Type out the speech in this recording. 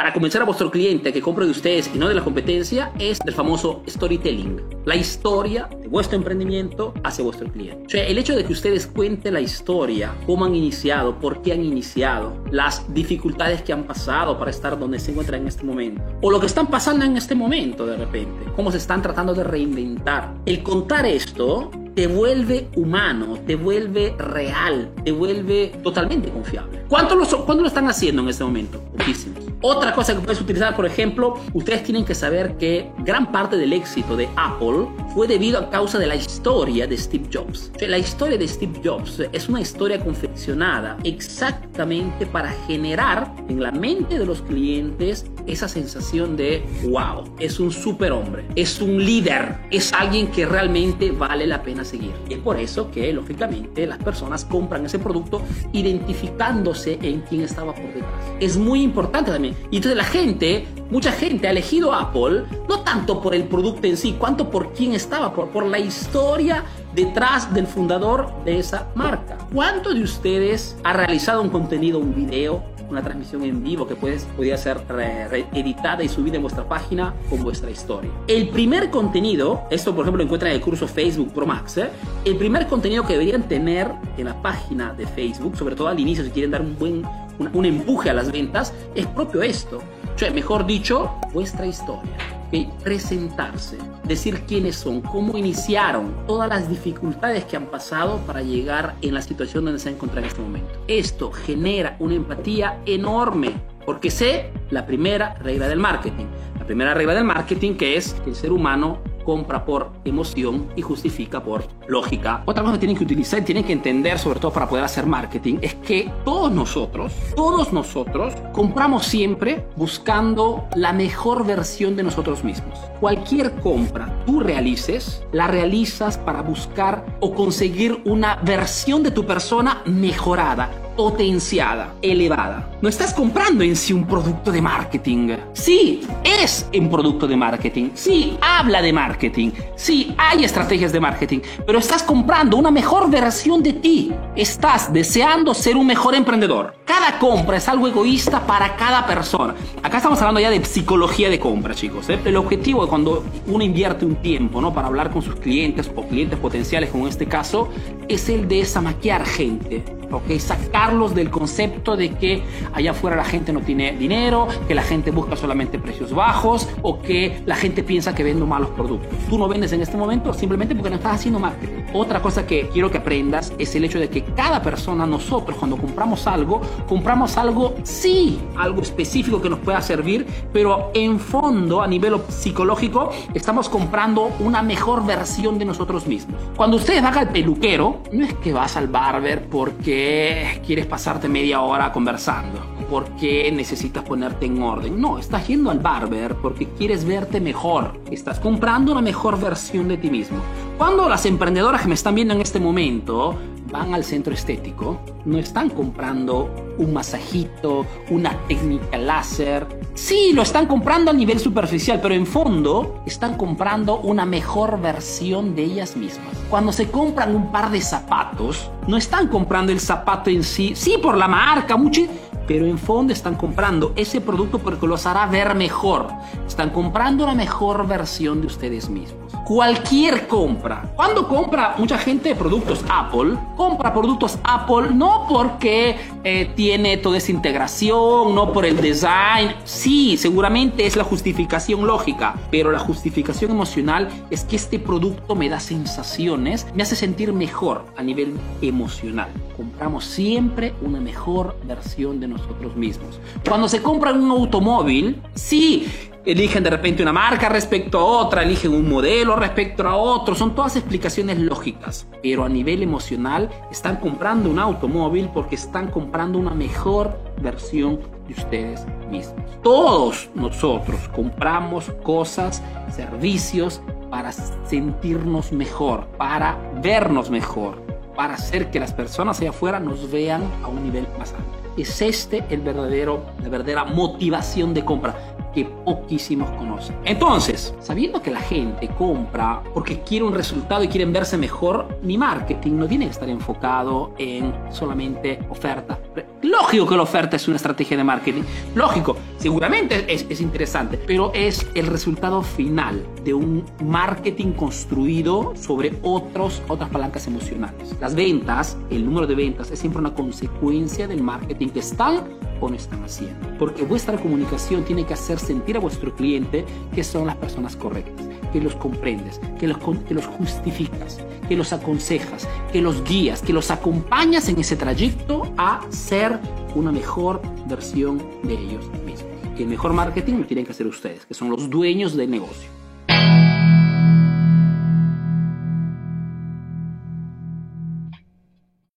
para convencer a vuestro cliente a que compre de ustedes y no de la competencia es el famoso storytelling. La historia de vuestro emprendimiento hacia vuestro cliente. O sea, el hecho de que ustedes cuenten la historia, cómo han iniciado, por qué han iniciado, las dificultades que han pasado para estar donde se encuentran en este momento, o lo que están pasando en este momento de repente, cómo se están tratando de reinventar. El contar esto te vuelve humano, te vuelve real, te vuelve totalmente confiable. ¿Cuánto lo están haciendo en este momento? Muchísimos. Otra cosa que puedes utilizar, por ejemplo, ustedes tienen que saber que gran parte del éxito de Apple fue debido a causa de la historia de Steve Jobs. O sea, la historia de Steve Jobs es una historia confeccionada exactamente para generar en la mente de los clientes esa sensación de wow, es un superhombre, es un líder, es alguien que realmente vale la pena seguir. Y es por eso que, lógicamente, las personas compran ese producto identificándose en quién estaba por detrás. Es muy importante también. Y entonces mucha gente ha elegido Apple no tanto por el producto en sí, cuanto por quién estaba, por la historia detrás del fundador de esa marca. ¿Cuántos de ustedes ha realizado un contenido, un video, una transmisión en vivo que podía ser editada y subida en vuestra página con vuestra historia? El primer contenido, esto por ejemplo lo encuentran en el curso Facebook Pro Max, el primer contenido que deberían tener en la página de Facebook, sobre todo al inicio si quieren dar un empuje a las ventas, es propio esto. O sea, mejor dicho, vuestra historia. ¿Okay? Presentarse, decir quiénes son, cómo iniciaron, todas las dificultades que han pasado para llegar en la situación donde se encuentran en este momento. Esto genera una empatía enorme, porque sé la primera regla del marketing. La primera regla del marketing, que es que el ser humano compra por emoción y justifica por lógica. Otra cosa que tienen que utilizar y tienen que entender, sobre todo para poder hacer marketing, es que todos nosotros compramos siempre buscando la mejor versión de nosotros mismos. Cualquier compra tú realices, la realizas para buscar o conseguir una versión de tu persona mejorada, potenciada, elevada. No estás comprando en sí un producto de marketing. Sí, es un producto de marketing. Sí, habla de marketing. Sí, hay estrategias de marketing. Pero estás comprando una mejor versión de ti. Estás deseando ser un mejor emprendedor. Cada compra es algo egoísta para cada persona. Acá estamos hablando ya de psicología de compra, chicos. El objetivo de cuando uno invierte un tiempo, ¿no?, para hablar con sus clientes o clientes potenciales, como en este caso, es el de zamaquear gente. ¿Okay? Sacarlos del concepto de que allá afuera la gente no tiene dinero, que la gente busca solamente precios bajos o que la gente piensa que vendo malos productos. Tú no vendes en este momento simplemente porque no estás haciendo marketing. Otra cosa que quiero que aprendas es el hecho de que cada persona, nosotros cuando compramos algo, sí, algo específico que nos pueda servir, pero en fondo, a nivel psicológico, estamos comprando una mejor versión de nosotros mismos. Cuando ustedes van al peluquero, no es que vas al barber porque quieres pasarte media hora conversando, porque necesitas ponerte en orden. No, estás yendo al barber porque quieres verte mejor. Estás comprando una mejor versión de ti mismo. Cuando las emprendedoras que me están viendo en este momento van al centro estético, no están comprando un masajito, una técnica láser. Sí, lo están comprando a nivel superficial, pero en fondo están comprando una mejor versión de ellas mismas. Cuando se compran un par de zapatos, no están comprando el zapato en sí, sí por la marca, pero en fondo están comprando ese producto porque los hará ver mejor. Están comprando una mejor versión de ustedes mismos. Cualquier compra. Cuando compra mucha gente productos Apple, compra productos Apple no porque tiene toda esa integración, no por el design. Sí, seguramente es la justificación lógica, pero la justificación emocional es que este producto me da sensaciones, me hace sentir mejor a nivel emocional. Compramos siempre una mejor versión de nosotros mismos. Cuando se compran un automóvil, sí, eligen de repente una marca respecto a otra, eligen un modelo respecto a otro, son todas explicaciones lógicas, pero a nivel emocional están comprando un automóvil porque están comprando una mejor versión de ustedes mismos. Todos nosotros compramos cosas, servicios para sentirnos mejor, para vernos mejor, para hacer que las personas allá afuera nos vean a un nivel más alto. Es la verdadera motivación de compra. que poquísimos conocen. Entonces, sabiendo que la gente compra porque quiere un resultado y quieren verse mejor, mi marketing no tiene que estar enfocado en solamente oferta. Lógico que la oferta es una estrategia de marketing, lógico, seguramente es interesante, pero es el resultado final de un marketing construido sobre otras palancas emocionales. Las ventas, el número de ventas es siempre una consecuencia del marketing que están o no están haciendo, porque vuestra comunicación tiene que hacer sentir a vuestro cliente que son las personas correctas, que los comprendes, que los justificas, que los aconsejas, que los guías, que los acompañas en ese trayecto a ser una mejor versión de ellos mismos. Y el mejor marketing lo tienen que hacer ustedes, que son los dueños del negocio.